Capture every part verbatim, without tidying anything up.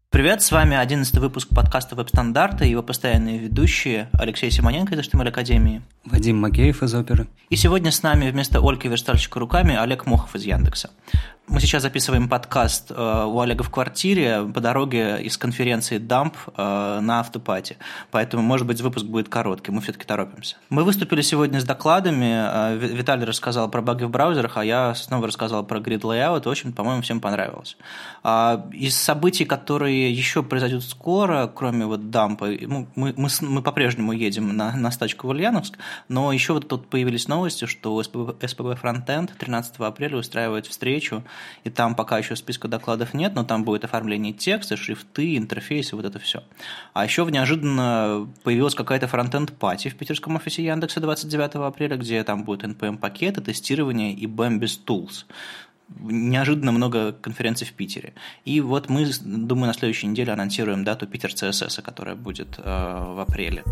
Привет, с вами одиннадцатый выпуск подкаста «Веб-стандарты» и его постоянные ведущие Алексей Симоненко из эйч ти эм эль-академии, Вадим Макеев из Оперы. И сегодня с нами вместо Ольги Верстальщика руками Олег Мохов из Яндекса. Мы сейчас записываем подкаст у Олега в квартире по дороге из конференции дамп на автопати, поэтому, может быть, выпуск будет короткий, мы все-таки торопимся. Мы выступили сегодня с докладами, Виталий рассказал про баги в браузерах, а я снова рассказал про grid layout, в общем, по-моему, всем понравилось. Из событий, которые еще произойдут скоро, кроме вот дампа, мы, мы, мы по-прежнему едем на, на стачку в Ульяновск, но еще вот тут появились новости, что эс пи би Frontend тринадцатого апреля устраивает встречу, и там пока еще списка докладов нет, но там будет оформление текста, шрифты, интерфейсы, вот это все. А еще неожиданно появилась какая-то фронтенд-пати в питерском офисе Яндекса двадцать девятого апреля, где там будут эн пи эм-пакеты, тестирование и би и эм без Tools. Неожиданно много конференций в Питере. И вот мы, думаю, на следующей неделе анонсируем дату Питер си эс эс, которая будет э, в апреле.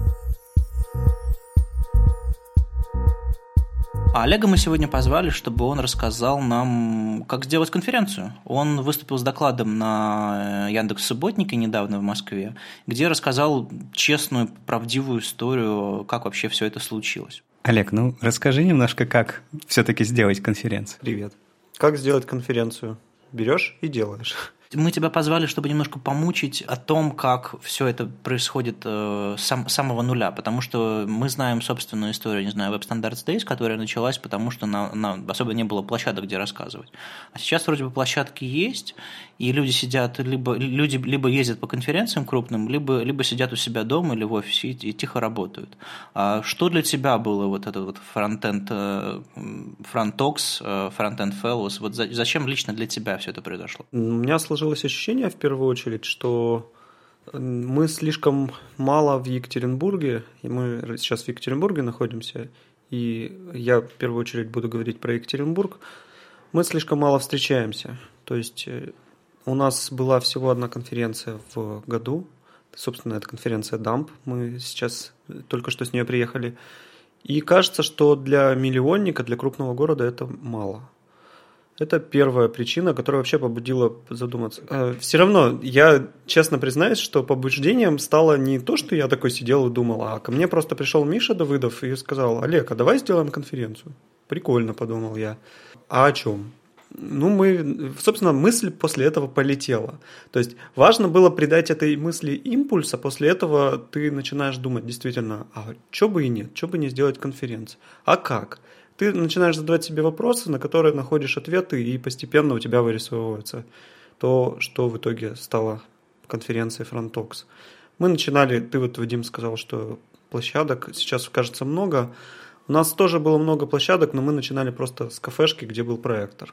А Олега мы сегодня позвали, чтобы он рассказал нам, как сделать конференцию. Он выступил с докладом на Яндекс.Субботнике недавно в Москве, где рассказал честную, правдивую историю, как вообще все это случилось. Олег, ну расскажи немножко, как все-таки сделать конференцию. Привет. Как сделать конференцию? Берешь и делаешь. Мы тебя позвали, чтобы немножко помучить о том, как все это происходит э, сам, с самого нуля, потому что мы знаем собственную историю, не знаю, Web Standards Days, которая началась, потому что на, на, особо не было площадок, где рассказывать. А сейчас вроде бы площадки есть, и люди сидят, либо, люди либо ездят по конференциям крупным, либо, либо сидят у себя дома или в офисе и, и тихо работают. А что для тебя было вот этот вот фронтенд, фронтокс, фронтенд fellows? Вот за, зачем лично для тебя все это произошло? У меня сложилось Сложилось ощущение, в первую очередь, что мы слишком мало в Екатеринбурге, и мы сейчас в Екатеринбурге находимся, и я в первую очередь буду говорить про Екатеринбург, мы слишком мало встречаемся. То есть у нас была всего одна конференция в году, собственно, это конференция дамп, мы сейчас только что с нее приехали, и кажется, что для миллионника, для крупного города это мало. Это первая причина, которая вообще побудила задуматься. Все равно, я честно признаюсь, что побуждением стало не то, что я такой сидел и думал, а ко мне просто пришел Миша Давыдов и сказал: Олег, а давай сделаем конференцию. Прикольно, подумал я. А о чем? Ну, мы, собственно, мысль после этого полетела. То есть важно было придать этой мысли импульс, а после этого ты начинаешь думать действительно, а что бы и нет, что бы не сделать конференцию. А как? Ты начинаешь задавать себе вопросы, на которые находишь ответы, и постепенно у тебя вырисовывается то, что в итоге стало конференцией Frontox. Мы начинали, ты вот, Вадим, сказал, что площадок сейчас, кажется, много. У нас тоже было много площадок, но мы начинали просто с кафешки, где был проектор.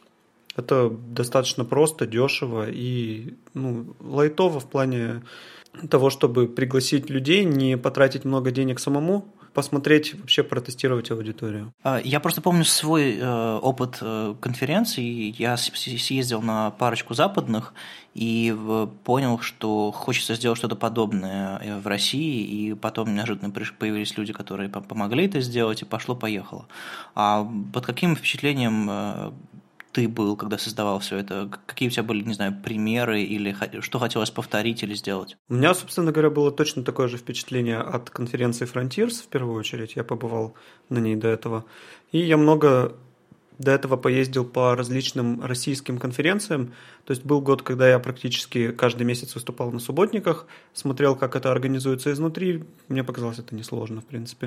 Это достаточно просто, дешево и ну, лайтово в плане того, чтобы пригласить людей, не потратить много денег самому, посмотреть, вообще протестировать аудиторию. Я просто помню свой э, опыт э, конференции. Я съездил на парочку западных и понял, что хочется сделать что-то подобное в России, и потом неожиданно появились люди, которые помогли это сделать, и пошло-поехало. А под каким впечатлением э, ты был, когда создавал все это? Какие у тебя были, не знаю, примеры или что хотелось повторить или сделать? У меня, собственно говоря, было точно такое же впечатление от конференции Frontiers, в первую очередь. Я побывал на ней до этого. И я много до этого поездил по различным российским конференциям. То есть был год, когда я практически каждый месяц выступал на субботниках, смотрел, как это организуется изнутри. Мне показалось это несложно, в принципе.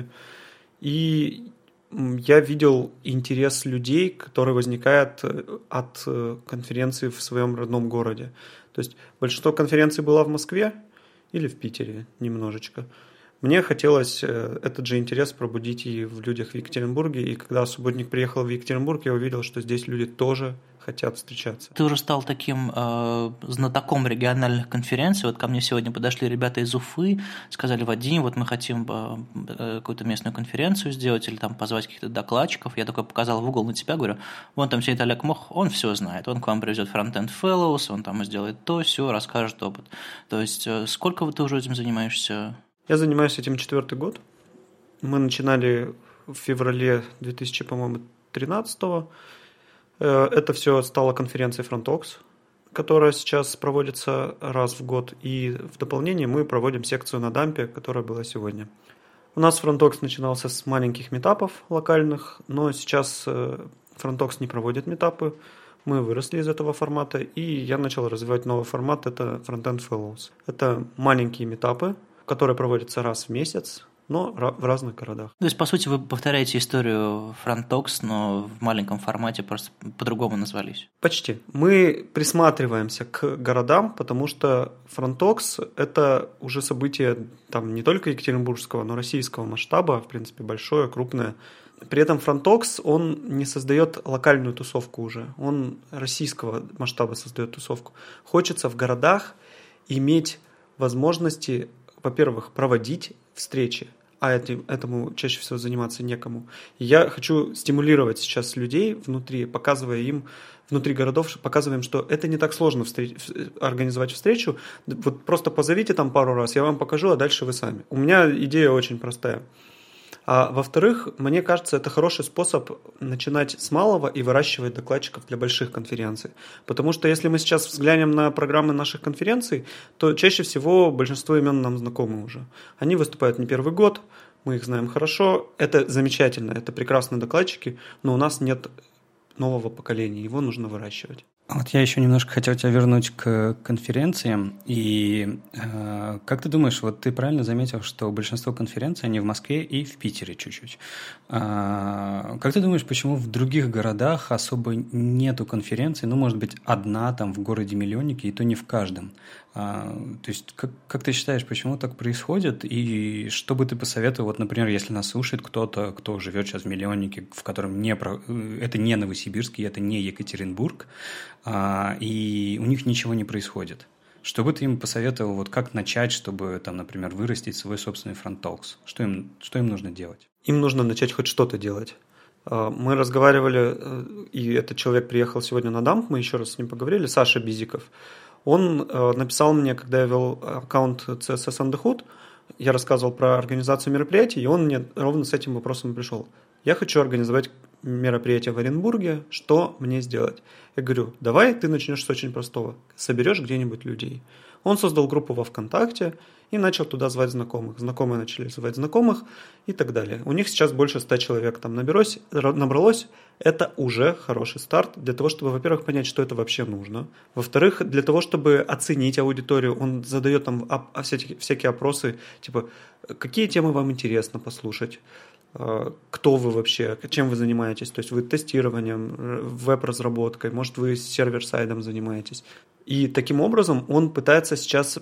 И я видел интерес людей, который возникает от конференции в своем родном городе. То есть большинство конференций было в Москве или в Питере немножечко. Мне хотелось этот же интерес пробудить и в людях в Екатеринбурге. И когда субботник приехал в Екатеринбург, я увидел, что здесь люди тоже хотят встречаться. Ты уже стал таким э, знатоком региональных конференций. Вот ко мне сегодня подошли ребята из Уфы, сказали: Вадим, вот мы хотим э, какую-то местную конференцию сделать или там позвать каких-то докладчиков. Я такой показал в угол на тебя, говорю: вон там сидит Олег Мох, он все знает. Он к вам привезет фронтенд fellows, он там сделает то, все, расскажет опыт. То есть э, сколько ты уже этим занимаешься? Я занимаюсь этим четвертый год. Мы начинали в феврале две тысячи тринадцатого. Это все стало конференцией Frontox. которая сейчас проводится раз в год, и в дополнение мы проводим секцию на дампе, которая была сегодня. У нас FrontOx начинался с маленьких митапов локальных, но сейчас FrontOx не проводит митапы. Мы выросли из этого формата, и я начал развивать новый формат, это Frontend Fellows. Это маленькие митапы, которые проводятся раз в месяц, но в разных городах. То есть, по сути, вы повторяете историю FrontOx, но в маленьком формате, просто по-другому назвались. Почти. Мы присматриваемся к городам, потому что FrontOx – это уже событие там, не только екатеринбургского, но российского масштаба, в принципе, большое, крупное. При этом FrontOx, он не создает локальную тусовку уже, он российского масштаба создает тусовку. Хочется в городах иметь возможности, во-первых, проводить встречи, а этому чаще всего заниматься некому. И я хочу стимулировать сейчас людей внутри, показывая им, внутри городов, показываем, что это не так сложно встреч, организовать встречу. Вот просто позовите там пару раз, я вам покажу, а дальше вы сами. У меня идея очень простая. А во-вторых, мне кажется, это хороший способ начинать с малого и выращивать докладчиков для больших конференций. Потому что если мы сейчас взглянем на программы наших конференций, то чаще всего большинство имен нам знакомы уже. Они выступают не первый год, мы их знаем хорошо, это замечательно, это прекрасные докладчики, но у нас нет нового поколения, его нужно выращивать. Вот я еще немножко хотел тебя вернуть к конференциям. И э, как ты думаешь, вот ты правильно заметил, что большинство конференций, они в Москве и в Питере чуть-чуть. Э, как ты думаешь, почему в других городах особо нету конференций? Ну, может быть, одна там в городе-миллионнике, и то не в каждом. Э, то есть, как, как ты считаешь, почему так происходит? И что бы ты посоветовал, вот, например, если нас слушает кто-то, кто живет сейчас в миллионнике, в котором не про... это не Новосибирск, и это не Екатеринбург, и у них ничего не происходит. Что бы ты им посоветовал, вот как начать, чтобы, там, например, вырастить свой собственный FrontOx? Что им, что им нужно делать? Им нужно начать хоть что-то делать. Мы разговаривали, и этот человек приехал сегодня на дамп, мы еще раз с ним поговорили, Саша Бизиков. Он написал мне, когда я вел аккаунт си эс эс on the Hood, я рассказывал про организацию мероприятий, и он мне ровно с этим вопросом пришел. Я хочу организовать мероприятие в Оренбурге, что мне сделать? Я говорю, давай ты начнешь с очень простого. Соберешь где-нибудь людей. Он создал группу во ВКонтакте и начал туда звать знакомых. Знакомые начали звать знакомых и так далее. У них сейчас больше ста человек там наберось, набралось. Это уже хороший старт для того, чтобы, во-первых, понять, что это вообще нужно. Во-вторых, для того, чтобы оценить аудиторию, он задает там всякие, всякие опросы, типа, какие темы вам интересно послушать, кто вы вообще, чем вы занимаетесь, то есть вы тестированием, веб-разработкой, может вы сервер-сайдом занимаетесь. И таким образом он пытается сейчас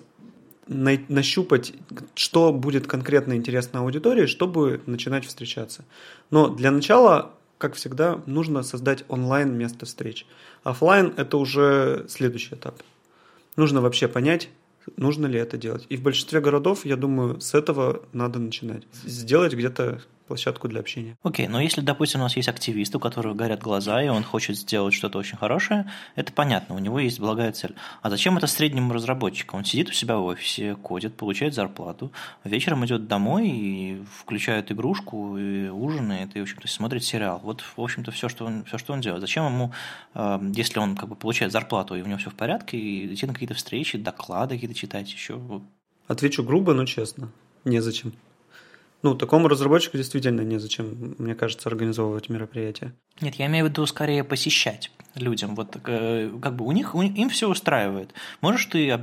нащупать, что будет конкретно интересно аудитории, чтобы начинать встречаться. Но для начала, как всегда, нужно создать онлайн место встреч. Оффлайн – это уже следующий этап. Нужно вообще понять, нужно ли это делать. И в большинстве городов, я думаю, с этого надо начинать. Сделать где-то площадку для общения. Окей, okay, но если, допустим, у нас есть активист, у которого горят глаза, и он хочет сделать что-то очень хорошее, это понятно, у него есть благая цель. А зачем это среднему разработчику? Он сидит у себя в офисе, кодит, получает зарплату, вечером идет домой и включает игрушку, и ужинает, и, в общем-то, смотрит сериал. Вот, в общем-то, все, что он, все, что он делает. Зачем ему, если он как бы получает зарплату, и у него все в порядке, и идти на какие-то встречи, доклады какие-то читать еще? Отвечу грубо, но честно. Незачем. Ну, такому разработчику действительно незачем, мне кажется, организовывать мероприятия. Нет, я имею в виду скорее посещать людям. Вот как бы у них, им все устраивает. Можешь ты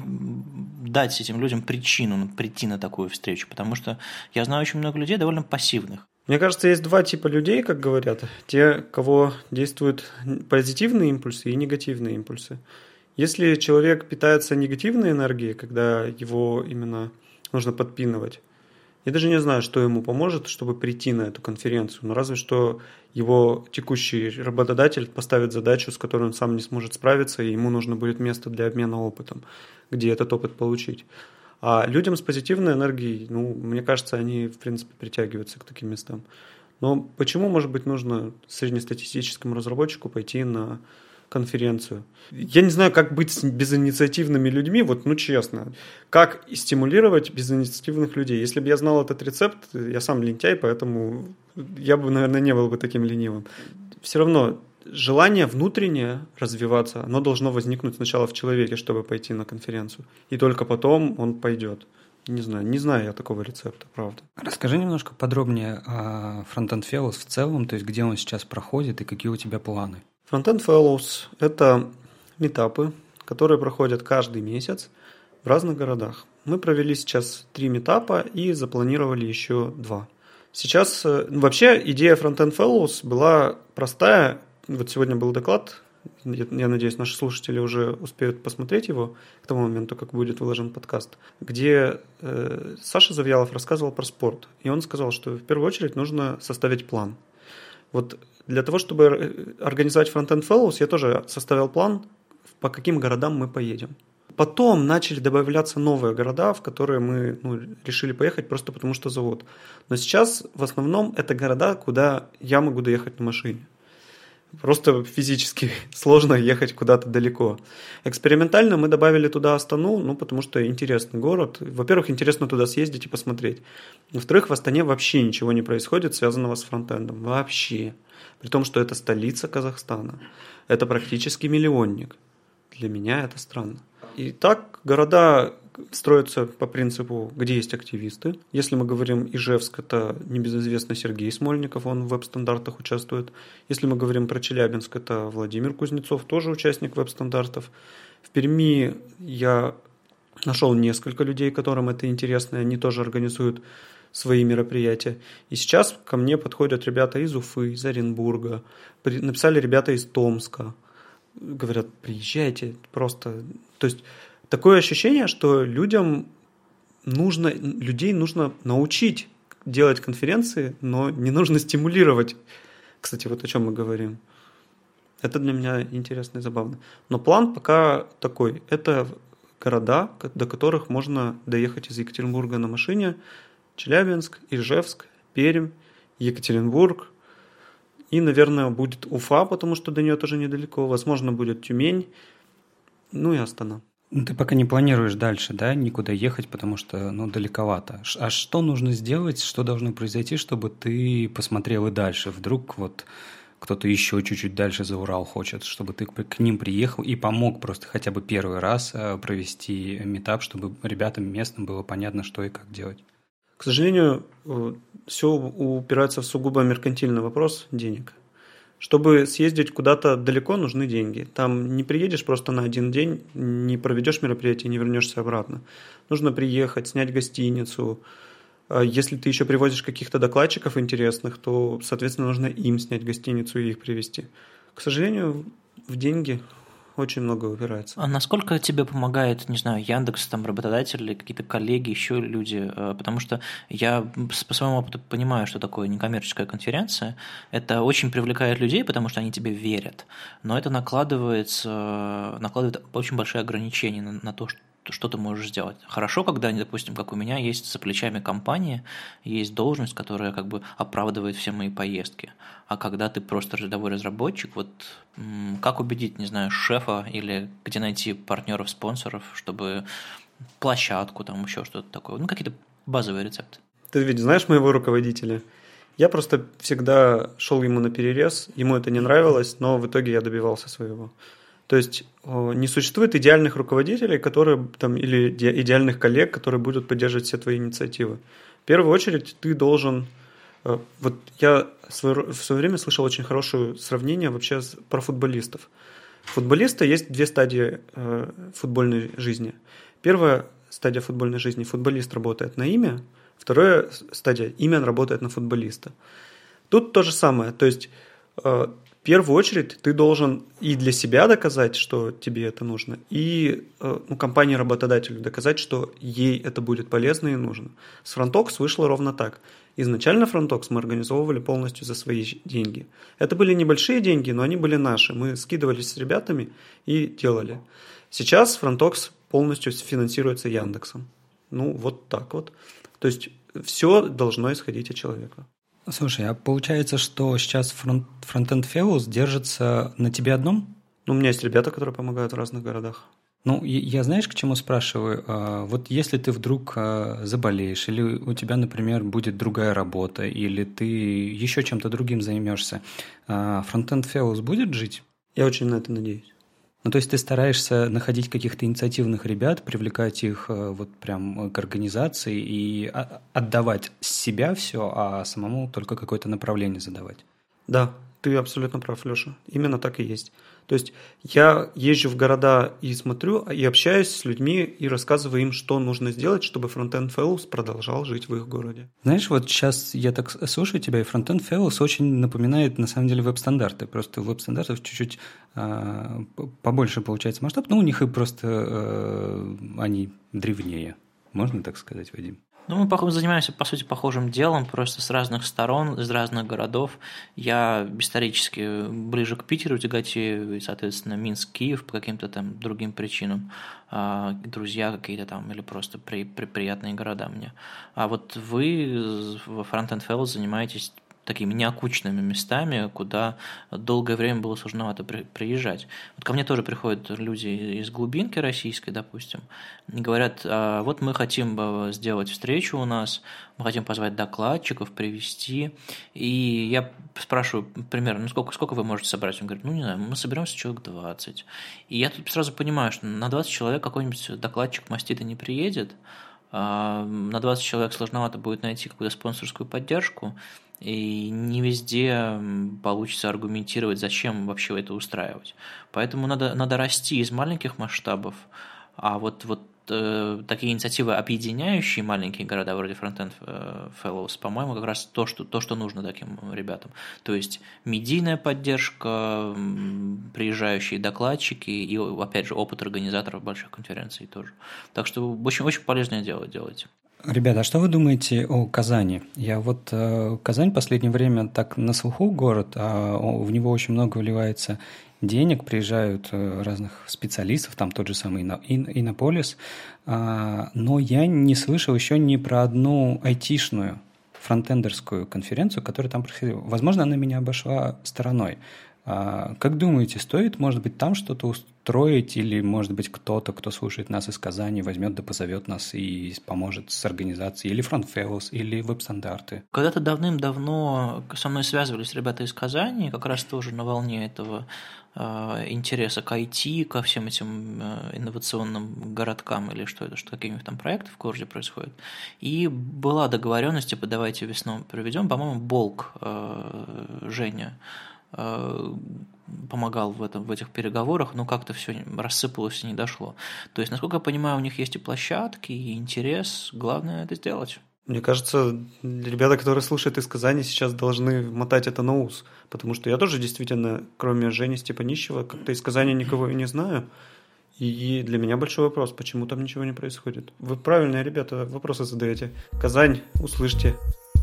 дать этим людям причину прийти на такую встречу? Потому что я знаю очень много людей довольно пассивных. Мне кажется, есть два типа людей, как говорят. Те, кого действуют позитивные импульсы и негативные импульсы. Если человек питается негативной энергией, когда его именно нужно подпинывать, я даже не знаю, что ему поможет, чтобы прийти на эту конференцию. Но разве что его текущий работодатель поставит задачу, с которой он сам не сможет справиться, и ему нужно будет место для обмена опытом, где этот опыт получить. А людям с позитивной энергией, ну, мне кажется, они, в принципе, притягиваются к таким местам. Но почему, может быть, нужно среднестатистическому разработчику пойти на конференцию? Я не знаю, как быть с безинициативными людьми, вот, ну, честно. Как стимулировать безинициативных людей? Если бы я знал этот рецепт, я сам лентяй, поэтому я бы, наверное, не был бы таким ленивым. Все равно желание внутреннее развиваться, оно должно возникнуть сначала в человеке, чтобы пойти на конференцию. И только потом он пойдет. Не знаю, не знаю я такого рецепта, правда. Расскажи немножко подробнее о Frontend Fellows в целом, то есть где он сейчас проходит и какие у тебя планы. Frontend Fellows – это митапы, которые проходят каждый месяц в разных городах. Мы провели сейчас три митапа и запланировали еще два. Сейчас вообще идея Frontend Fellows была простая. Вот сегодня был доклад, я надеюсь, наши слушатели уже успеют посмотреть его к тому моменту, как будет выложен подкаст, где э, Саша Завьялов рассказывал про спорт. И он сказал, что в первую очередь нужно составить план. Вот для того, чтобы организовать Frontend Fellows, я тоже составил план, по каким городам мы поедем. Потом начали добавляться новые города, в которые мы ну, решили поехать просто потому, что зовут. Но сейчас в основном это города, куда я могу доехать на машине. Просто физически сложно ехать куда-то далеко. Экспериментально мы добавили туда Астану, ну, потому что интересный город. Во-первых, интересно туда съездить и посмотреть. Во-вторых, в Астане вообще ничего не происходит, связанного с фронтендом. Вообще. При том, что это столица Казахстана. Это практически миллионник. Для меня это странно. И так города строятся по принципу, где есть активисты. Если мы говорим Ижевск, это небезызвестный Сергей Смольников, он в веб-стандартах участвует. Если мы говорим про Челябинск, это Владимир Кузнецов, тоже участник веб-стандартов. В Перми я нашел несколько людей, которым это интересно, и они тоже организуют свои мероприятия. И сейчас ко мне подходят ребята из Уфы, из Оренбурга, написали ребята из Томска. Говорят, приезжайте, просто... То есть такое ощущение, что людям нужно, людей нужно научить делать конференции, но не нужно стимулировать. Кстати, вот о чем мы говорим. Это для меня интересно и забавно. Но план пока такой. Это города, до которых можно доехать из Екатеринбурга на машине. Челябинск, Ижевск, Пермь, Екатеринбург. И, наверное, будет Уфа, потому что до нее тоже недалеко. Возможно, будет Тюмень. Ну и Астана. Ты пока не планируешь дальше, да, никуда ехать, потому что, ну, далековато. А что нужно сделать, что должно произойти, чтобы ты посмотрел и дальше? Вдруг вот кто-то еще чуть-чуть дальше за Урал хочет, чтобы ты к ним приехал и помог просто хотя бы первый раз провести митап, чтобы ребятам местным было понятно, что и как делать. К сожалению, все упирается в сугубо меркантильный вопрос денег. Чтобы съездить куда-то далеко, нужны деньги. Там не приедешь просто на один день, не проведешь мероприятие, не вернешься обратно. Нужно приехать, снять гостиницу. Если ты еще привозишь каких-то докладчиков интересных, то, соответственно, нужно им снять гостиницу и их привезти. К сожалению, в деньги очень много упирается. А насколько тебе помогает, не знаю, Яндекс, там, работодатели, какие-то коллеги, еще люди? Потому что я по своему опыту понимаю, что такое некоммерческая конференция. Это очень привлекает людей, потому что они тебе верят. Но это накладывается, накладывает очень большие ограничения на, на то, что что ты можешь сделать. Хорошо, когда, допустим, как у меня, есть за плечами компания, есть должность, которая как бы оправдывает все мои поездки. А когда ты просто рядовой разработчик, вот как убедить, не знаю, шефа или где найти партнеров, спонсоров, чтобы площадку, там еще что-то такое. Ну, какие-то базовые рецепты. Ты ведь знаешь моего руководителя? Я просто всегда шел ему на перерез, ему это не нравилось, но в итоге я добивался своего. То есть не существует идеальных руководителей, которые, там, или идеальных коллег, которые будут поддерживать все твои инициативы. В первую очередь ты должен... Вот я в свое время слышал очень хорошее сравнение вообще про футболистов. У футболиста есть две стадии футбольной жизни. Первая стадия футбольной жизни – футболист работает на имя. Вторая стадия – имя работает на футболиста. Тут то же самое. То есть... В первую очередь ты должен и для себя доказать, что тебе это нужно, и ну, компании-работодателю доказать, что ей это будет полезно и нужно. С Frontox вышло ровно так. Изначально Frontox мы организовывали полностью за свои деньги. Это были небольшие деньги, но они были наши. Мы скидывались с ребятами и делали. Сейчас Frontox полностью финансируется Яндексом. Ну, вот так вот. То есть все должно исходить от человека. Слушай, а получается, что сейчас фронт, Frontend Fellows держится на тебе одном? Ну, у меня есть ребята, которые помогают в разных городах. Ну, я знаешь, к чему спрашиваю? Вот если ты вдруг заболеешь, или у тебя, например, будет другая работа, или ты еще чем-то другим займешься, Frontend Fellows будет жить? Я очень на это надеюсь. Ну, то есть ты стараешься находить каких-то инициативных ребят, привлекать их вот прям к организации и отдавать себя все, а самому только какое-то направление задавать. Да, ты абсолютно прав, Леша. Именно так и есть. То есть я езжу в города и смотрю, и общаюсь с людьми, и рассказываю им, что нужно сделать, чтобы Frontend Fellows продолжал жить в их городе. Знаешь, вот сейчас я так слушаю тебя, и Frontend Fellows очень напоминает, на самом деле, веб-стандарты. Просто у веб-стандартов чуть-чуть э, побольше получается масштаб, но у них и просто э, они древнее. Можно так сказать, Вадим? Ну, мы занимаемся, по сути, похожим делом, просто с разных сторон, из разных городов. Я исторически ближе к Питеру тяготею, и, соответственно, Минск, Киев по каким-то там другим причинам, друзья какие-то там, или просто при, при, приятные города мне. А вот вы во Frontend Fellows занимаетесь такими неокучными местами, куда долгое время было сложновато при, приезжать. Вот ко мне тоже приходят люди из глубинки российской, допустим, и говорят, а вот мы хотим сделать встречу у нас, мы хотим позвать докладчиков, привести, и я спрашиваю примерно, ну сколько, сколько вы можете собрать? Он говорит, ну не знаю, мы соберемся человек двадцать. И я тут сразу понимаю, что на двадцать человек какой-нибудь докладчик мастита не приедет, на двадцать человек сложновато будет найти какую-то спонсорскую поддержку, и не везде получится аргументировать, зачем вообще это устраивать. Поэтому надо, надо расти из маленьких масштабов, а вот, вот э, такие инициативы, объединяющие маленькие города, вроде Frontend Fellows, по-моему, как раз то, что, то, что нужно таким ребятам. То есть медийная поддержка, приезжающие докладчики и, опять же, опыт организаторов больших конференций тоже. Так что очень, очень полезное дело делаете. Ребята, а что вы думаете о Казани? Я вот э, Казань в последнее время так на слуху город, а в него очень много вливается денег, приезжают э, разных специалистов, там тот же самый Иннополис, э, но я не слышал еще ни про одну айтишную фронтендерскую конференцию, которая там проходила. Возможно, она меня обошла стороной. А как думаете, стоит, может быть, там что-то устроить, или, может быть, кто-то, кто слушает нас из Казани, возьмет да позовет нас и поможет с организацией, или Frontend Fellows, или веб-стандарты? Когда-то давным-давно со мной связывались ребята из Казани, как раз тоже на волне этого э, интереса к ай ти, ко всем этим э, инновационным городкам, или что это, что какие у них там проекты в городе происходят. И была договоренность, типа, давайте весной проведем, по-моему, Болк, э, Женя, помогал в, этом, в этих переговорах, но как-то все рассыпалось и не дошло. То есть, насколько я понимаю, у них есть и площадки, и интерес, главное это сделать. Мне кажется, ребята, которые слушают из Казани, сейчас должны мотать это на ус, потому что я тоже действительно, кроме Жени Степанищева, как-то из Казани никого и не знаю, и для меня большой вопрос, почему там ничего не происходит. Вы правильные ребята вопросы задаете. Казань, услышьте.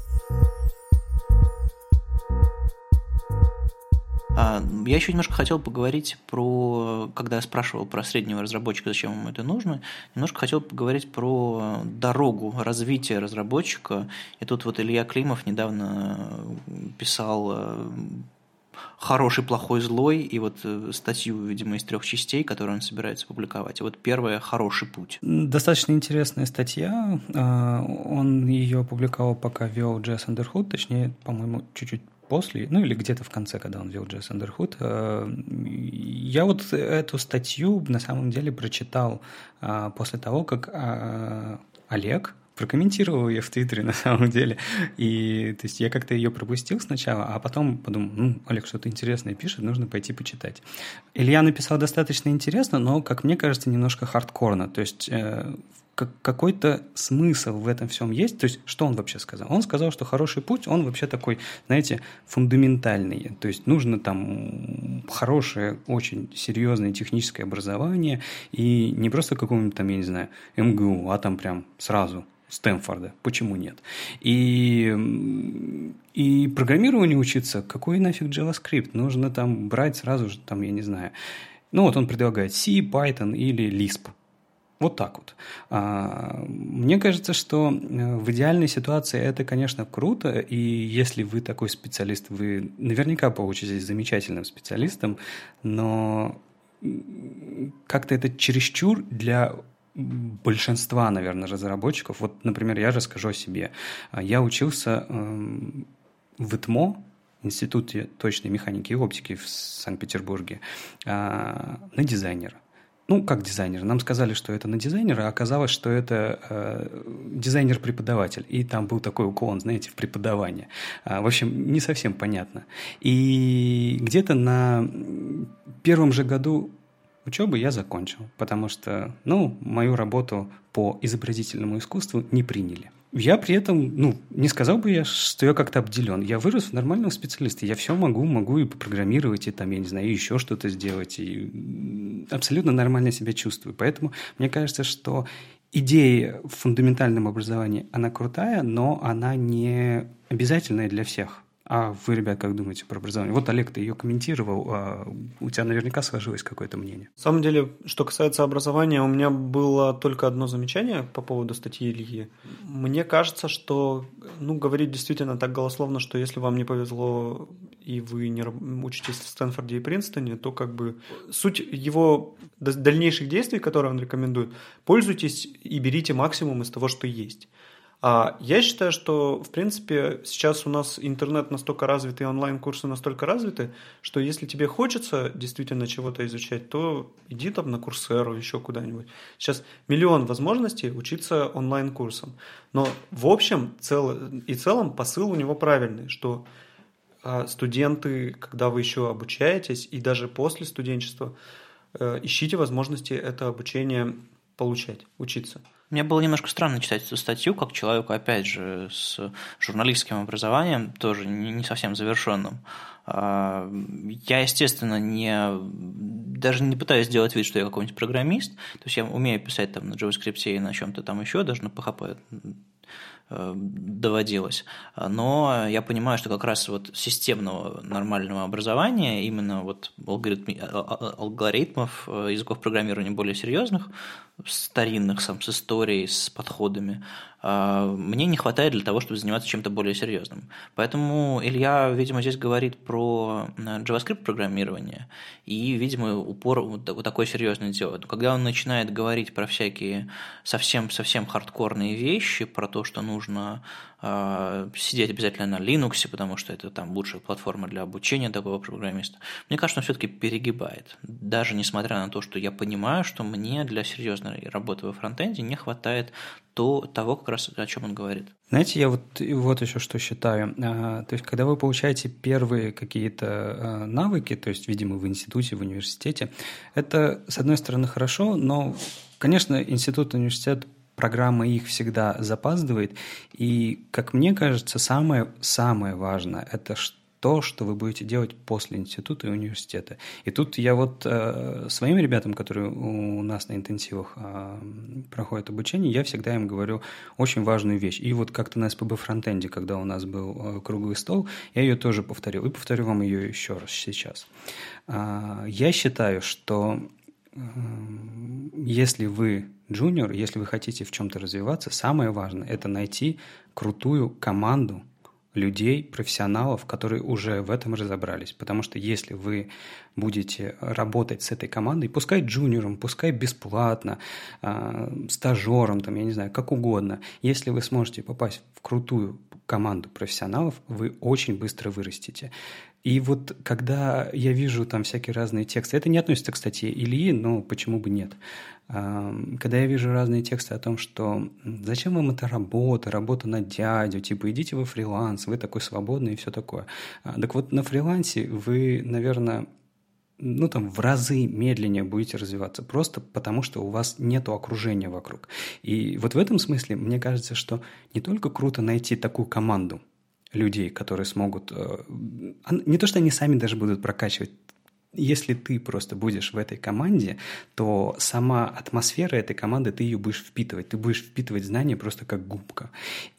Я еще немножко хотел поговорить про, когда я спрашивал про среднего разработчика, зачем ему это нужно, немножко хотел поговорить про дорогу развития разработчика. И тут вот Илья Климов недавно писал «Хороший, плохой, злой», и вот статью, видимо, из трех частей, которую он собирается публиковать. И вот первая «Хороший путь». Достаточно интересная статья. Он ее публиковал, пока вел Джесс Андерхуд, точнее, по-моему, чуть-чуть после, ну или где-то в конце, когда он вел Джесс Андерхуд. Я вот эту статью на самом деле прочитал после того, как Олег прокомментировал ее в Твиттере на самом деле. И то есть я как-то ее пропустил сначала, а потом подумал, ну, Олег что-то интересное пишет, нужно пойти почитать. Илья написал достаточно интересно, но, как мне кажется, немножко хардкорно. То есть э, какой-то смысл в этом всем есть. То есть что он вообще сказал? Он сказал, что хороший путь, он вообще такой, знаете, фундаментальный. То есть нужно там хорошее, очень серьезное техническое образование и не просто какому-нибудь там, я не знаю, эм гэ у, а там прям сразу Стэнфорда. Почему нет? И, и программированию учиться, какой нафиг JavaScript? Нужно там брать сразу же, там, я не знаю. Ну, вот он предлагает C, Python или Lisp. Вот так вот. Мне кажется, что в идеальной ситуации это, конечно, круто, и если вы такой специалист, вы наверняка получитесь замечательным специалистом, но как-то это чересчур для большинства, наверное, разработчиков. Вот, например, я расскажу о себе. Я учился в ИТМО, Институте точной механики и оптики в Санкт-Петербурге, на дизайнера. Ну, как дизайнер. Нам сказали, что это на дизайнера, а оказалось, что это э, дизайнер-преподаватель. И там был такой уклон, знаете, в преподавание. А, в общем, не совсем понятно. И где-то на первом же году учебы я закончил, потому что, ну, мою работу по изобразительному искусству не приняли. Я при этом, ну, не сказал бы я, что я как-то обделен. Я вырос в нормального специалиста. Я все могу, могу и попрограммировать, и там, я не знаю, и еще что-то сделать. И абсолютно нормально себя чувствую. Поэтому мне кажется, что идея в фундаментальном образовании, она крутая, но она не обязательная для всех. А вы, ребят, как думаете про образование? Вот Олег, ты ее комментировал, а у тебя наверняка сложилось какое-то мнение. На самом деле, что касается образования, у меня было только одно замечание по поводу статьи Ильи. Мне кажется, что, ну, говорить действительно так голословно, что если вам не повезло и вы не учитесь в Стэнфорде и Принстоне, то как бы суть его дальнейших действий, которые он рекомендует, пользуйтесь и берите максимум из того, что есть. А я считаю, что, в принципе, сейчас у нас интернет настолько развит и онлайн-курсы настолько развиты, что если тебе хочется действительно чего-то изучать, то иди там на Курсеру, еще куда-нибудь. Сейчас миллион возможностей учиться онлайн-курсам. Но в общем цел... и целом посыл у него правильный, что студенты, когда вы еще обучаетесь, и даже после студенчества, ищите возможности это обучение получать, учиться. Мне было немножко странно читать эту статью, как человеку, опять же, с журналистским образованием, тоже не совсем завершенным. Я, естественно, не, даже не пытаюсь сделать вид, что я какой-нибудь программист. То есть я умею писать там на JavaScript и на чем-то там еще, даже на пи эйч пи доводилось. Но я понимаю, что как раз вот системного нормального образования, именно вот алгоритмов, языков программирования более серьезных, старинных, сам, с историей, с подходами, мне не хватает для того, чтобы заниматься чем-то более серьезным. Поэтому Илья, видимо, здесь говорит про JavaScript-программирование и, видимо, упор вот такой серьезный делает. Но когда он начинает говорить про всякие совсем-совсем хардкорные вещи, про то, что нужно сидеть обязательно на Linux, потому что это там лучшая платформа для обучения такого программиста, мне кажется, он все-таки перегибает. Даже несмотря на то, что я понимаю, что мне для серьезной работы во фронтенде не хватает то, того, как раз о чем он говорит. Знаете, я вот, вот еще что считаю. То есть, когда вы получаете первые какие-то навыки, то есть, видимо, в институте, в университете, это, с одной стороны, хорошо, но, конечно, институт, университет, программа их всегда запаздывает. И, как мне кажется, самое, самое важное – это то, что вы будете делать после института и университета. И тут я вот э, своим ребятам, которые у нас на интенсивах э, проходят обучение, я всегда им говорю очень важную вещь. И вот как-то на эс пэ бэ фронтенде, когда у нас был э, круглый стол, я ее тоже повторил. И повторю вам ее еще раз сейчас. Э, я считаю, что э, если вы джуниор, если вы хотите в чем-то развиваться, самое важное – это найти крутую команду людей, профессионалов, которые уже в этом разобрались. Потому что если вы будете работать с этой командой, пускай джуниором, пускай бесплатно, э, стажером, там, я не знаю, как угодно, если вы сможете попасть в крутую команду профессионалов, вы очень быстро вырастете. И вот когда я вижу там всякие разные тексты, это не относится к статье Ильи, но почему бы нет? Когда я вижу разные тексты о том, что зачем вам эта работа, работа на дядю, типа идите во фриланс, вы такой свободный и все такое. Так вот на фрилансе вы, наверное, ну там в разы медленнее будете развиваться, просто потому что у вас нет окружения вокруг. И вот в этом смысле мне кажется, что не только круто найти такую команду людей, которые смогут... Не то, что они сами даже будут прокачивать. Если ты просто будешь в этой команде, то сама атмосфера этой команды, ты ее будешь впитывать. Ты будешь впитывать знания просто как губка.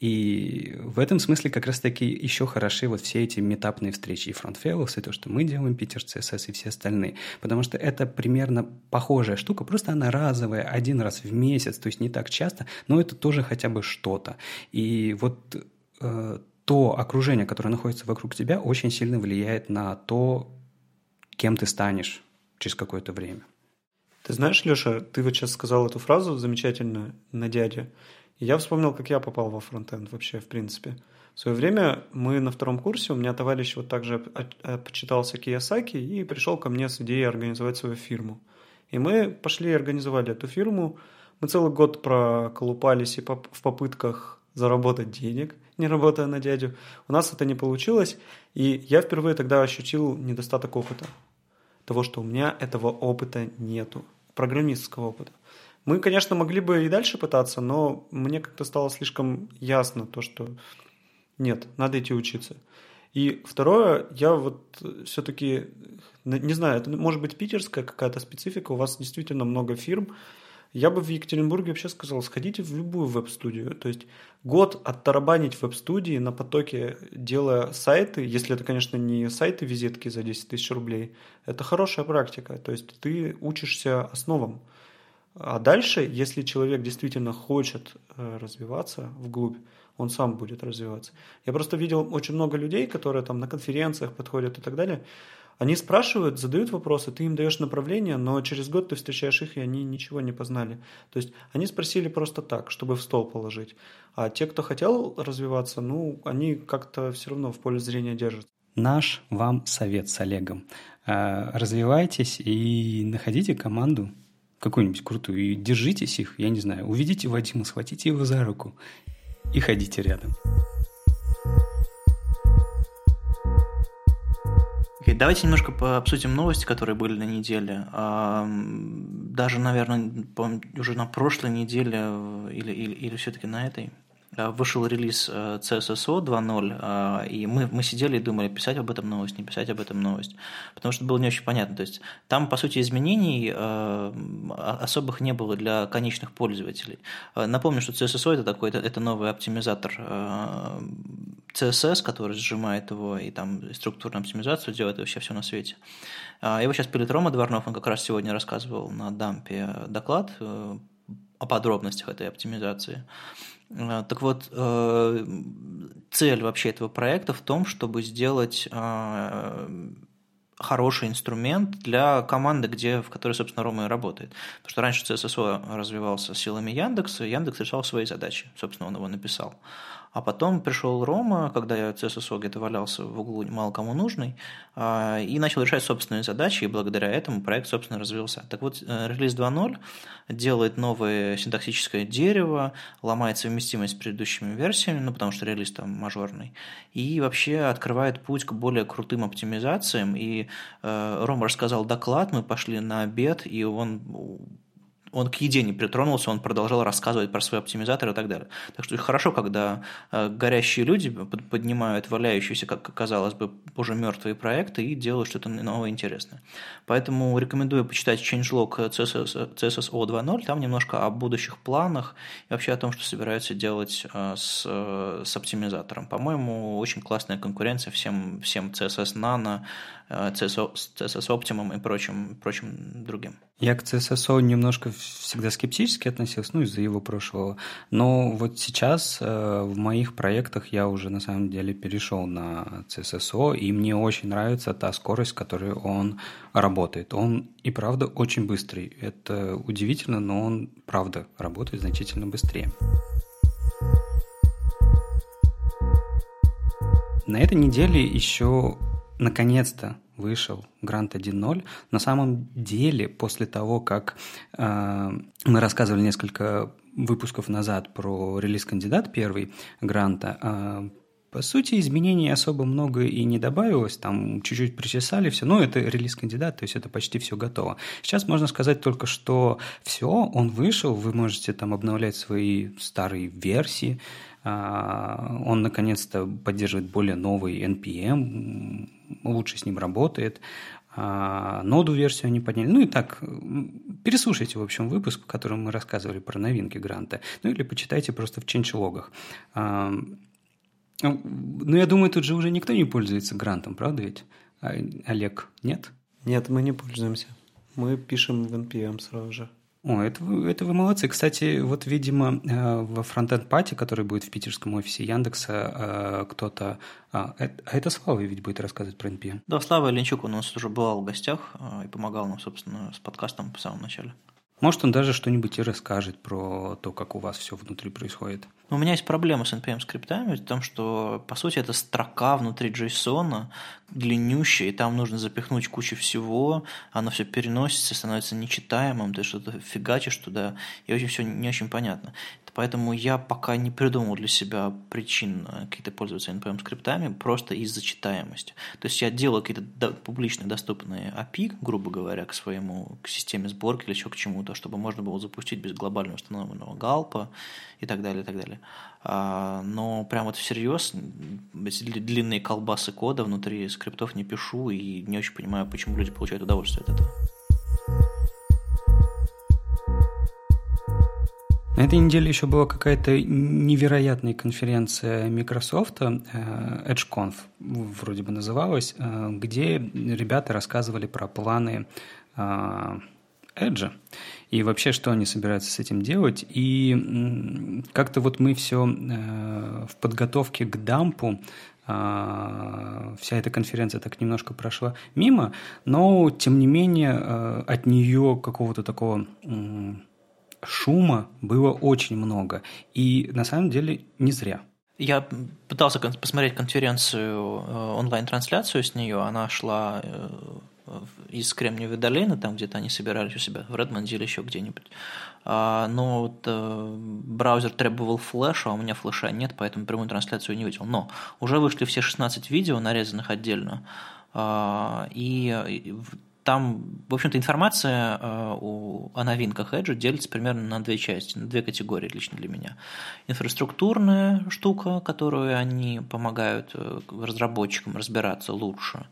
И в этом смысле как раз-таки еще хороши вот все эти метапные встречи. И фронтфейлс, и то, что мы делаем, Питер си эс эс, и все остальные. Потому что это примерно похожая штука, просто она разовая, один раз в месяц, то есть не так часто, но это тоже хотя бы что-то. И вот... Э, то окружение, которое находится вокруг тебя, очень сильно влияет на то, кем ты станешь через какое-то время. Ты знаешь, Леша, ты вот сейчас сказал эту фразу замечательно на дядю. И я вспомнил, как я попал во фронтенд вообще, в принципе. В свое время мы на втором курсе, у меня товарищ вот также почитался Кийосаки и пришел ко мне с идеей организовать свою фирму. И мы пошли и организовали эту фирму. Мы целый год проколупались и в попытках заработать денег, не работая на дядю. У нас это не получилось, и я впервые тогда ощутил недостаток опыта. Того, что у меня этого опыта нету, программистского опыта. Мы, конечно, могли бы и дальше пытаться, но мне как-то стало слишком ясно то, что нет, надо идти учиться. И второе, я вот все-таки, не знаю, это может быть питерская какая-то специфика, у вас действительно много фирм. Я бы в Екатеринбурге вообще сказал, сходите в любую веб-студию. То есть год оттарабанить в веб-студии на потоке, делая сайты, если это, конечно, не сайты-визитки за десять тысяч рублей, это хорошая практика. То есть ты учишься основам. А дальше, если человек действительно хочет развиваться вглубь, он сам будет развиваться. Я просто видел очень много людей, которые там на конференциях подходят и так далее. Они спрашивают, задают вопросы, ты им даешь направление, но через год ты встречаешь их, и они ничего не познали. То есть они спросили просто так, чтобы в стол положить. А те, кто хотел развиваться, ну, они как-то все равно в поле зрения держат. Наш вам совет с Олегом. Развивайтесь и находите команду какую-нибудь крутую, и держитесь их, я не знаю, увидите Вадима, схватите его за руку и ходите рядом. Okay, давайте немножко обсудим новости, которые были на неделе. Даже, наверное, уже на прошлой неделе или, или, или все-таки на этой вышел релиз си эс эс о два ноль, и мы, мы сидели и думали, писать об этом новость, не писать об этом новость, потому что было не очень понятно. То есть там, по сути, изменений особых не было для конечных пользователей. Напомню, что си эс эс о – это такой, это, это новый оптимизатор си эс эс, который сжимает его и там и структурную оптимизацию делает, и вообще все на свете. Его сейчас пилит Рома Дворнов, он как раз сегодня рассказывал на дампе доклад о подробностях этой оптимизации. Так вот, цель вообще этого проекта в том, чтобы сделать хороший инструмент для команды, где, в которой, собственно, Рома и работает. Потому что раньше си эс эс о развивался силами Яндекса, и Яндекс решал свои задачи. Собственно, он его написал. А потом пришел Рома, когда си эс эс о где-то валялся в углу, мало кому нужный, и начал решать собственные задачи, и благодаря этому проект, собственно, развился. Так вот, релиз два ноль делает новое синтаксическое дерево, ломает совместимость с предыдущими версиями, ну, потому что релиз там мажорный, и вообще открывает путь к более крутым оптимизациям. И Рома рассказал доклад, мы пошли на обед, и он... Он к еде не притронулся, он продолжал рассказывать про свой оптимизатор и так далее. Так что хорошо, когда горящие люди поднимают валяющиеся, как казалось бы, уже мертвые проекты и делают что-то новое и интересное. Поэтому рекомендую почитать changelog си эс эс о два ноль, там немножко о будущих планах и вообще о том, что собираются делать с, с оптимизатором. По-моему, очень классная конкуренция всем, всем си эс эс Nano, си эс эс Optimum и прочим, прочим другим. Я к си эс эс о немножко всегда скептически относился, ну, из-за его прошлого. Но вот сейчас э, в моих проектах я уже на самом деле перешел на си эс эс о, и мне очень нравится та скорость, с которой он работает. Он и правда очень быстрый. Это удивительно, но он правда работает значительно быстрее. На этой неделе еще наконец-то вышел Грант один ноль. На самом деле, после того, как э, мы рассказывали несколько выпусков назад про релиз кандидат первый Гранта, э, по сути, изменений особо много и не добавилось, там чуть-чуть причесали все, но это релиз кандидат, то есть это почти все готово. Сейчас можно сказать только, что все, он вышел, вы можете там обновлять свои старые версии, он наконец-то поддерживает более новый эн пи эм, лучше с ним работает, ноду версию они подняли. Ну и так, переслушайте, в общем, выпуск, в котором мы рассказывали про новинки Гранта, ну или почитайте просто в ченч-логах. Ну, я думаю, тут же уже никто не пользуется Грантом, правда ведь? Олег, нет? Нет, мы не пользуемся. Мы пишем в эн пи эм сразу же. О, это вы, это вы молодцы. Кстати, вот, видимо, во фронтенд-пати, который будет в питерском офисе Яндекса, кто-то... А, а это Слава ведь будет рассказывать про эн пи эм? Да, Слава Ильинчук у нас уже бывал в гостях и помогал нам, собственно, с подкастом в самом начале. Может, он даже что-нибудь и расскажет про то, как у вас все внутри происходит. У меня есть проблема с эн пи эм-скриптами в том, что, по сути, это строка внутри JSON, длиннющая, и там нужно запихнуть кучу всего, оно все переносится, становится нечитаемым, ты что-то фигачишь туда, и очень все не очень понятно. Поэтому я пока не придумал для себя причин какие-то пользоваться эн пи эм-скриптами просто из-за читаемости. То есть я делаю какие-то публично доступные эй пи ай, грубо говоря, к своему, к системе сборки или еще к чему-то, чтобы можно было запустить без глобально установленного галпа и так далее, и так далее. Но прям вот всерьез эти длинные колбасы кода внутри скриптов не пишу и не очень понимаю, почему люди получают удовольствие от этого. На этой неделе еще была какая-то невероятная конференция Microsoft, EdgeConf вроде бы называлась, где ребята рассказывали про планы Edge и вообще, что они собираются с этим делать. И как-то вот мы все в подготовке к дампу, вся эта конференция так немножко прошла мимо, но тем не менее от нее какого-то такого... шума было очень много. И на самом деле не зря. Я пытался посмотреть конференцию, онлайн-трансляцию с нее. Она шла из Кремниевой долины, там где-то они собирались у себя в Редмонде или еще где-нибудь. Но вот браузер требовал флеша, а у меня флеша нет, поэтому прямую трансляцию не видел. Но уже вышли все шестнадцать видео, нарезанных отдельно. И там, в общем-то, информация о новинках Edge делится примерно на две части, на две категории лично для меня. Инфраструктурная штука, которую они помогают разработчикам разбираться лучше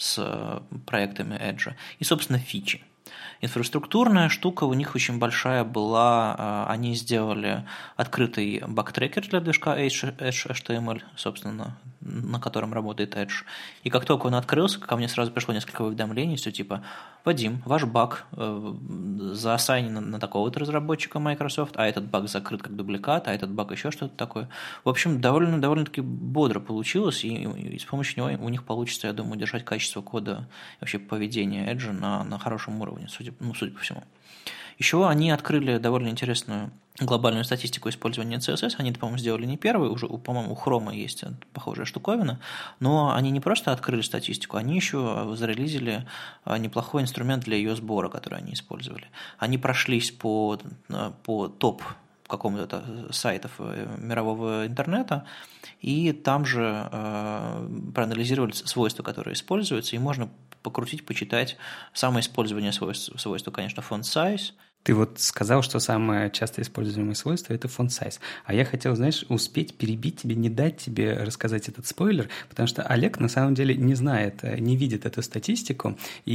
с проектами Edge, и, собственно, фичи. Инфраструктурная штука у них очень большая была, они сделали открытый бактрекер для движка Edge эйч ти эм эль, собственно, на котором работает Edge. И как только он открылся, ко мне сразу пришло несколько уведомлений, что типа: Вадим, ваш баг э, заассайнен на такого-то разработчика Microsoft, а этот баг закрыт как дубликат, а этот баг еще что-то такое. В общем, довольно, довольно-таки бодро получилось, и, и с помощью него у них получится, я думаю, держать качество кода и вообще поведение Edge на, на хорошем уровне, судя, ну, судя по всему. Еще они открыли довольно интересную глобальную статистику использования си эс эс. Они это, по-моему, сделали не первый, уже, по-моему, у Chrome есть похожая штуковина, но они не просто открыли статистику, они еще зарелизили неплохой инструмент для ее сбора, который они использовали. Они прошлись по, по топ какому-то сайтов мирового интернета, и там же э, проанализировали свойства, которые используются, и можно покрутить, почитать самое использование свойств, свойства, конечно, font size. Ты вот сказал, что самое часто используемое свойство – это font size. А я хотел, знаешь, успеть перебить тебе, не дать тебе рассказать этот спойлер, потому что Олег на самом деле не знает, не видит эту статистику.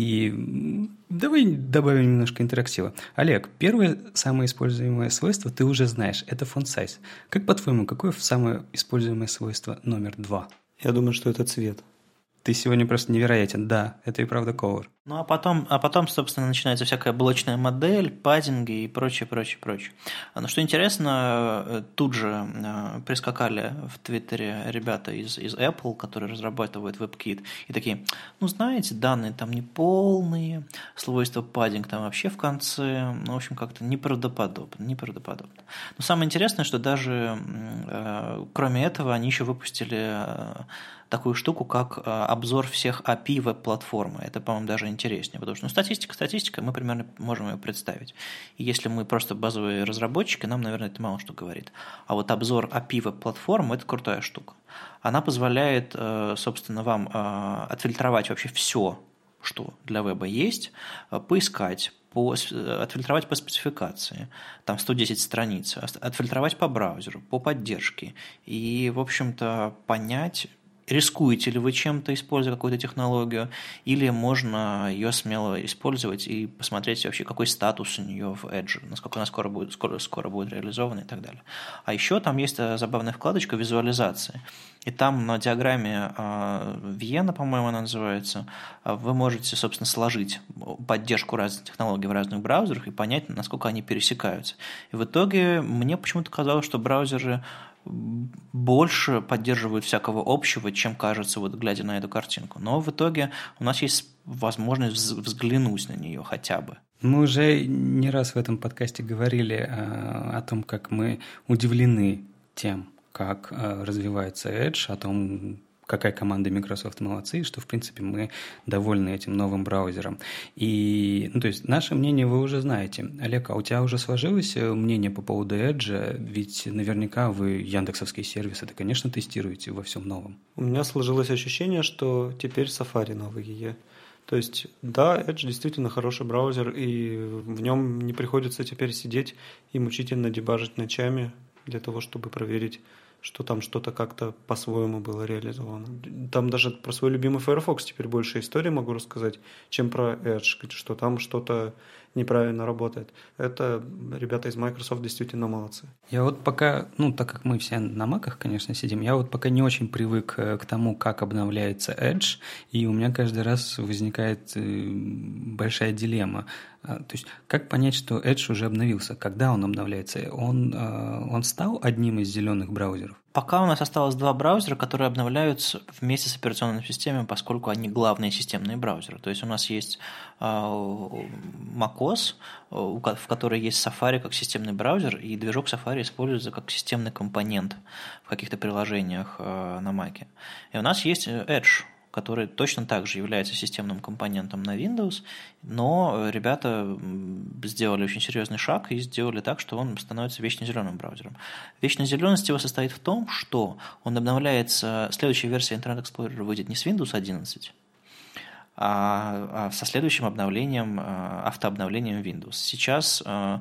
И давай добавим немножко интерактива. Олег, первое самое используемое свойство ты уже знаешь – это font size. Как, по-твоему, какое самое используемое свойство номер два? Я думаю, что это цвет. Ты сегодня просто невероятен. Да, это и правда ковер. Ну, а потом, а потом, собственно, начинается всякая блочная модель, паддинги и прочее, прочее, прочее. Но что интересно, тут же прискакали в Твиттере ребята из, из Apple, которые разрабатывают WebKit, и такие: ну, знаете, данные там не полные, свойства паддинг там вообще в конце, ну, в общем, как-то неправдоподобно, неправдоподобно. Но самое интересное, что даже кроме этого они еще выпустили такую штуку, как обзор всех эй пи ай веб-платформы. Это, по-моему, даже интереснее, потому что ну, статистика, статистика, мы примерно можем ее представить. И если мы просто базовые разработчики, нам, наверное, это мало что говорит. А вот обзор эй пи ай веб-платформы – это крутая штука. Она позволяет, собственно, вам отфильтровать вообще все, что для веба есть, поискать, по, отфильтровать по спецификации, там сто десять страниц, отфильтровать по браузеру, по поддержке и, в общем-то, понять рискуете ли вы чем-то, используя какую-то технологию, или можно ее смело использовать и посмотреть вообще, какой статус у нее в Edge, насколько она скоро будет, скоро, скоро будет реализована и так далее. А еще там есть забавная вкладочка визуализации. И там на диаграмме Виена, по-моему, она называется, вы можете, собственно, сложить поддержку разных технологий в разных браузерах и понять, насколько они пересекаются. И в итоге мне почему-то казалось, что браузеры больше поддерживают всякого общего, чем кажется, вот глядя на эту картинку. Но в итоге у нас есть возможность взглянуть на нее хотя бы. Мы уже не раз в этом подкасте говорили о том, как мы удивлены тем, как развивается Edge, о том, какая команда Microsoft молодцы, и что, в принципе, мы довольны этим новым браузером. И, ну, то есть, наше мнение вы уже знаете. Олег, а у тебя уже сложилось мнение по поводу Edge? Ведь наверняка вы яндексовские сервисы, это, конечно, тестируете во всем новом. У меня сложилось ощущение, что теперь Safari новый е. То есть, да, Edge действительно хороший браузер, и в нем не приходится теперь сидеть и мучительно дебажить ночами для того, чтобы проверить, что там что-то как-то по-своему было реализовано. Там даже про свой любимый Firefox теперь больше истории могу рассказать, чем про Edge, что там что-то неправильно работает. Это ребята из Microsoft действительно молодцы. Я вот пока, ну, так как мы все на маках, конечно, сидим, я вот пока не очень привык к тому, как обновляется Edge, и у меня каждый раз возникает большая дилемма. То есть, как понять, что Edge уже обновился? Когда он обновляется? Он, он стал одним из зеленых браузеров? Пока у нас осталось два браузера, которые обновляются вместе с операционными системами, поскольку они главные системные браузеры. То есть у нас есть macOS, в которой есть Safari как системный браузер, и движок Safari используется как системный компонент в каких-то приложениях на Mac. И у нас есть Edge, который точно так же является системным компонентом на Windows, но ребята сделали очень серьезный шаг и сделали так, что он становится вечно зеленым браузером. Вечная зеленость его состоит в том, что он обновляется, следующая версия Internet Explorer выйдет не с Windows одиннадцать, а со следующим обновлением, автообновлением Windows. Сейчас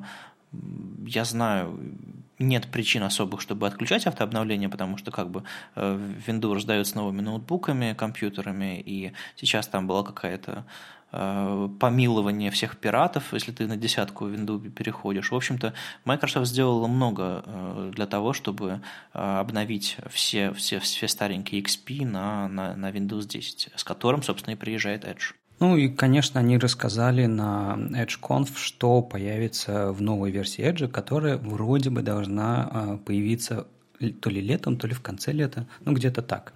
я знаю, нет причин особых, чтобы отключать автообновление, потому что как бы Windows раздают с новыми ноутбуками, компьютерами, и сейчас там была какая-то помилование всех пиратов, если ты на десятку Windows переходишь. В общем-то, Microsoft сделала много для того, чтобы обновить все, все, все старенькие икс пи на, на, на Windows десять, с которым, собственно, и приезжает Edge. Ну и, конечно, они рассказали на EdgeConf, что появится в новой версии Edge, которая вроде бы должна появиться то ли летом, то ли в конце лета, ну где-то так.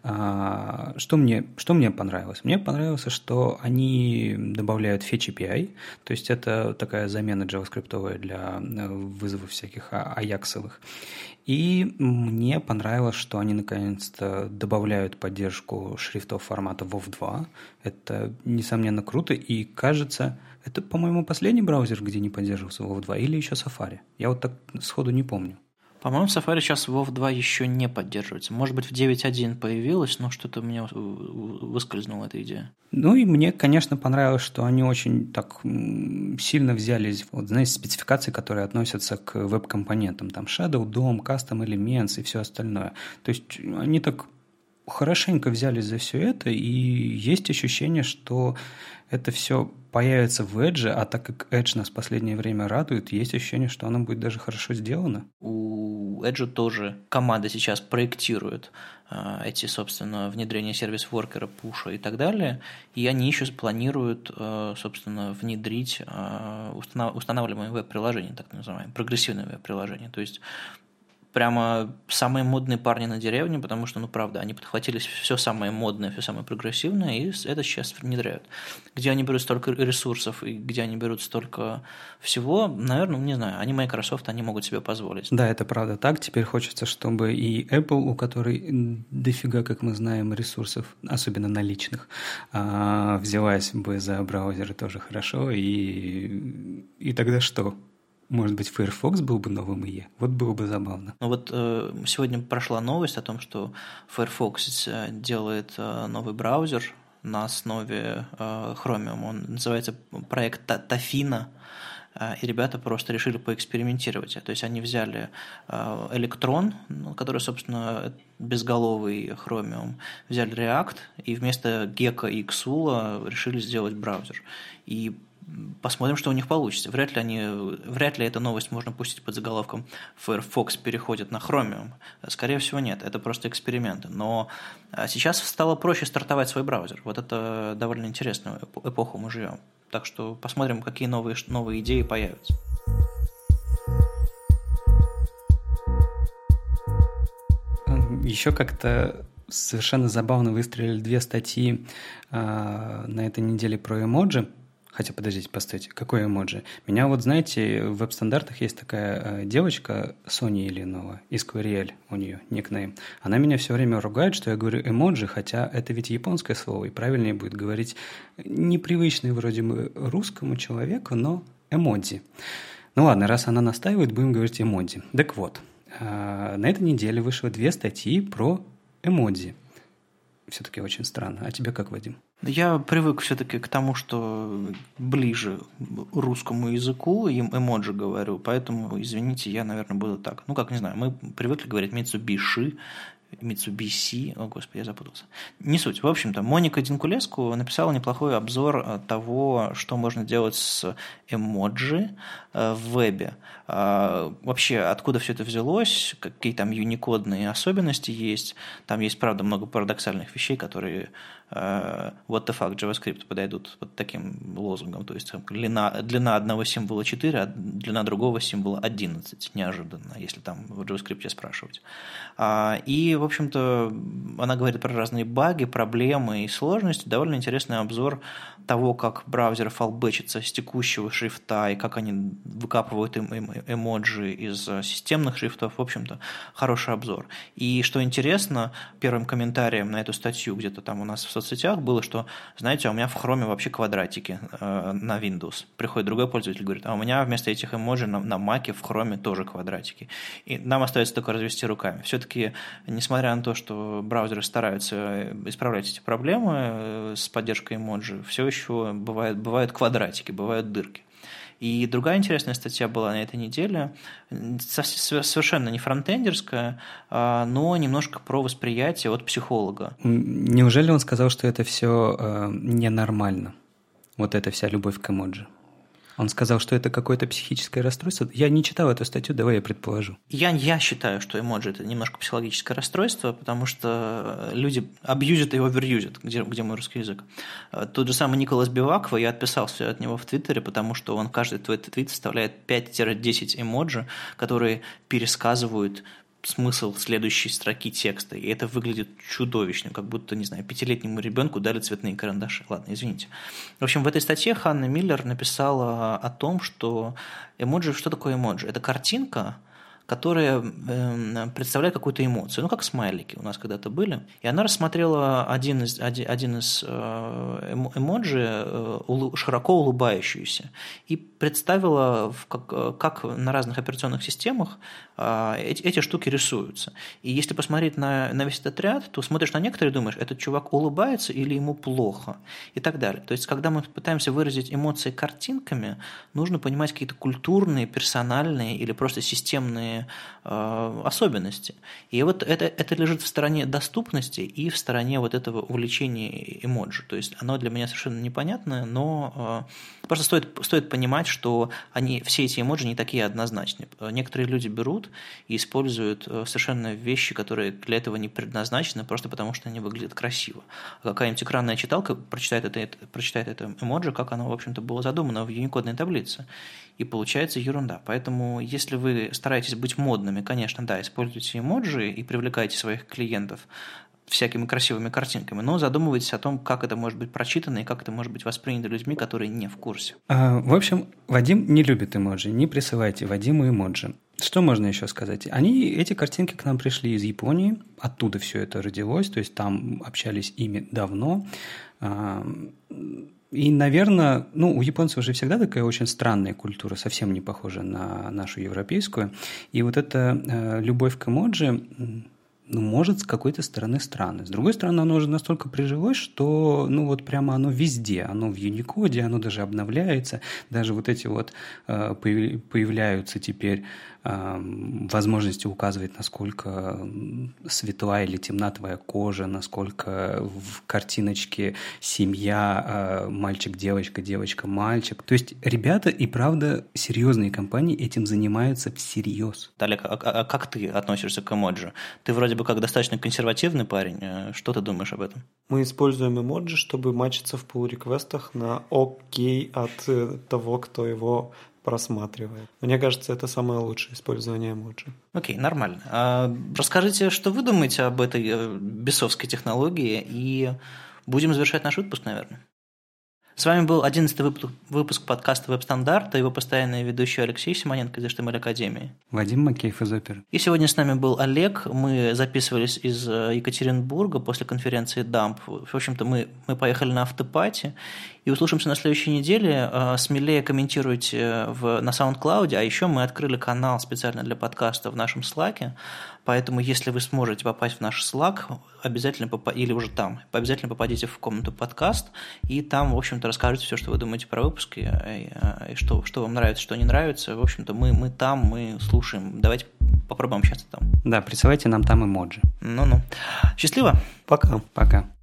Что мне, что мне понравилось? Мне понравилось, что они добавляют Fetch эй пи ай, то есть это такая замена JavaScript для вызова всяких аяксовых. И мне понравилось, что они наконец-то добавляют поддержку шрифтов формата вов два. Это, несомненно, круто, и кажется, это, по-моему, последний браузер, где не поддерживался вов два, или еще Safari. Я вот так сходу не помню. По-моему, в Safari сейчас вов два еще не поддерживается. Может быть, в девять точка один появилась, но что-то у меня выскользнула эта идея. Ну и мне, конечно, понравилось, что они очень так сильно взялись, вот, знаете, спецификации, которые относятся к веб-компонентам. Там Shadow, дом, Custom Elements и все остальное. То есть они так хорошенько взялись за все это, и есть ощущение, что это все появится в Edge, а так как Edge нас в последнее время радует, есть ощущение, что оно будет даже хорошо сделано. У Edge тоже команда сейчас проектирует э, эти, собственно, внедрения сервис-воркера, пуша и так далее, и они еще планируют, э, собственно, внедрить э, установ- устанавливаемые веб-приложения, так называемые, прогрессивные веб-приложения, то есть прямо самые модные парни на деревне, потому что, ну, правда, они подхватили все самое модное, все самое прогрессивное, и это сейчас внедряют. Где они берут столько ресурсов и где они берут столько всего, наверное, не знаю, они Microsoft, они могут себе позволить. Да, это правда так. Теперь хочется, чтобы и Apple, у которой дофига, как мы знаем, ресурсов, особенно наличных, взялась бы за браузеры тоже хорошо, и, и тогда что? Может быть, Firefox был бы новым и е? Вот было бы забавно. Ну вот э, сегодня прошла новость о том, что Firefox делает э, новый браузер на основе э, Chromium. Он называется проект Tofino. и ребята просто решили поэкспериментировать. То есть они взяли Electron, который, собственно, безголовый Chromium, взяли React и вместо Gecko и Xula решили сделать браузер. И посмотрим, что у них получится. Вряд ли, они, вряд ли эту новость можно пустить под заголовком «Firefox переходит на Chromium». Скорее всего, нет. Это просто эксперименты. Но сейчас стало проще стартовать свой браузер. Вот это довольно интересную эпоху мы живем. Так что посмотрим, какие новые, новые идеи появятся. Еще как-то совершенно забавно выстрелили две статьи э, на этой неделе про эмоджи. Хотя, подождите, постойте, какой эмоджи? Меня вот, знаете, в веб-стандартах есть такая э, девочка, Соня Ильинова, из Queryl, у нее никнейм. Она меня все время ругает, что я говорю эмоджи, хотя это ведь японское слово, и правильнее будет говорить непривычное вроде бы русскому человеку, но эмодзи. Ну ладно, раз она настаивает, будем говорить эмодзи. Так вот, э, на этой неделе вышло две статьи про эмодзи. Все-таки очень странно. А тебе как, Вадим? Я привык все-таки к тому, что ближе русскому языку, им эмоджи говорю, поэтому, извините, я, наверное, буду так. Ну, как, не знаю, мы привыкли говорить Mitsubishi, Mitsubishi, о, господи, я запутался. Не суть. В общем-то, Моника Динкулеску написала неплохой обзор того, что можно делать с эмоджи в вебе. Вообще, откуда все это взялось, какие там юникодные особенности есть. Там есть, правда, много парадоксальных вещей, которые what the fuck JavaScript подойдут под таким лозунгом. То есть длина, длина одного символа четыре, а длина другого символа одиннадцать. Неожиданно, если там в JavaScript спрашивать. И, в общем-то, она говорит про разные баги, проблемы и сложности. Довольно интересный обзор того, как браузер фалбэчится с текущего шрифта и как они выкапывают эм- эм- эмоджи из системных шрифтов. В общем-то, хороший обзор. И что интересно, первым комментарием на эту статью где-то там у нас в соцсетях было, что, знаете, а у меня в Chrome вообще квадратики э, на Windows. Приходит другой пользователь и говорит, а у меня вместо этих эмоджи на, на Mac в Chrome тоже квадратики. И нам остается только развести руками. Все-таки, несмотря на то, что браузеры стараются исправлять эти проблемы с поддержкой эмоджи, все еще бывают, бывают квадратики, бывают дырки. И другая интересная статья была на этой неделе, совершенно не фронтендерская, но немножко про восприятие от психолога. Неужели он сказал, что это все э, ненормально? Вот эта вся любовь к эмоджи. Он сказал, что это какое-то психическое расстройство. Я не читал эту статью, давай я предположу. Я, я считаю, что эмоджи – это немножко психологическое расстройство, потому что люди абьюзят и оверюзят, где, где мой русский язык. Тот же самый Николас Биваква, я отписался от него в Твиттере, потому что он каждый твой твит вставляет пять-десять эмоджи, которые пересказывают смысл следующей строки текста, и это выглядит чудовищно, как будто, не знаю, пятилетнему ребенку дали цветные карандаши. Ладно, извините. В общем, в этой статье Ханна Миллер написала о том, что эмоджи, что такое эмоджи? Это картинка, которая представляет какую-то эмоцию, ну, как смайлики у нас когда-то были. И она рассмотрела один из, один, один из эмоджи, широко улыбающуюся, и представила, как, как на разных операционных системах эти, эти штуки рисуются. И если посмотреть на, на весь этот ряд, то смотришь на некоторые и думаешь, этот чувак улыбается или ему плохо, и так далее. То есть, когда мы пытаемся выразить эмоции картинками, нужно понимать какие-то культурные, персональные или просто системные особенности. И вот это, это лежит в стороне доступности и в стороне вот этого увлечения эмоджи. То есть оно для меня совершенно непонятное, но просто стоит, стоит понимать, что они, все эти эмоджи не такие однозначные. Некоторые люди берут и используют совершенно вещи, которые для этого не предназначены, просто потому что они выглядят красиво. А какая-нибудь экранная читалка прочитает это, прочитает это эмоджи, как оно, в общем-то, было задумано в юникодной таблице. И получается ерунда. Поэтому, если вы стараетесь быть модными, конечно, да, используйте эмоджи и привлекайте своих клиентов всякими красивыми картинками, но задумывайтесь о том, как это может быть прочитано и как это может быть воспринято людьми, которые не в курсе. А, в общем, Вадим не любит эмоджи, не присылайте Вадиму эмоджи. Что можно еще сказать? Они, эти картинки к нам пришли из Японии, оттуда все это родилось, то есть там общались ими давно. И, наверное, ну, у японцев же всегда такая очень странная культура, совсем не похожа на нашу европейскую. И вот эта э, любовь к эмоджи, ну, может, с какой-то стороны странно. С другой стороны, оно уже настолько прижилось, что, ну, вот прямо оно везде. Оно в Unicode, оно даже обновляется. Даже вот эти вот э, появляются теперь э, возможности указывать, насколько светла или темна твоя кожа, насколько в картиночке семья, э, мальчик-девочка, девочка-мальчик. То есть ребята и правда серьезные компании этим занимаются всерьез. Олег, а, а как ты относишься к эмоджи? Ты вроде бы как достаточно консервативный парень. Что ты думаешь об этом? Мы используем эмоджи, чтобы матчиться в pull-реквестах на окей от того, кто его просматривает. Мне кажется, это самое лучшее использование эмоджи. Окей, нормально. А расскажите, что вы думаете об этой бесовской технологии, и будем завершать наш выпуск, наверное. С вами был одиннадцатый выпуск подкаста «Веб-стандарт», его постоянный ведущий Алексей Симоненко из эйч ти эм эль-академии. Вадим Макеев из Оперы. И сегодня с нами был Олег. Мы записывались из Екатеринбурга после конференции дамп. В общем-то, мы, мы поехали на автопати. И услышимся на следующей неделе. Смелее комментируйте в, на SoundCloud, а еще мы открыли канал специально для подкаста в нашем Slack. Поэтому, если вы сможете попасть в наш Slack, обязательно попа- или уже там, обязательно попадите в комнату подкаст, и там, в общем-то, расскажете все, что вы думаете про выпуски, и, и что, что вам нравится, что не нравится. В общем-то, мы, мы там, мы слушаем. Давайте попробуем общаться там. Да, присылайте нам там эмоджи. Ну-ну. Счастливо. Пока. Пока.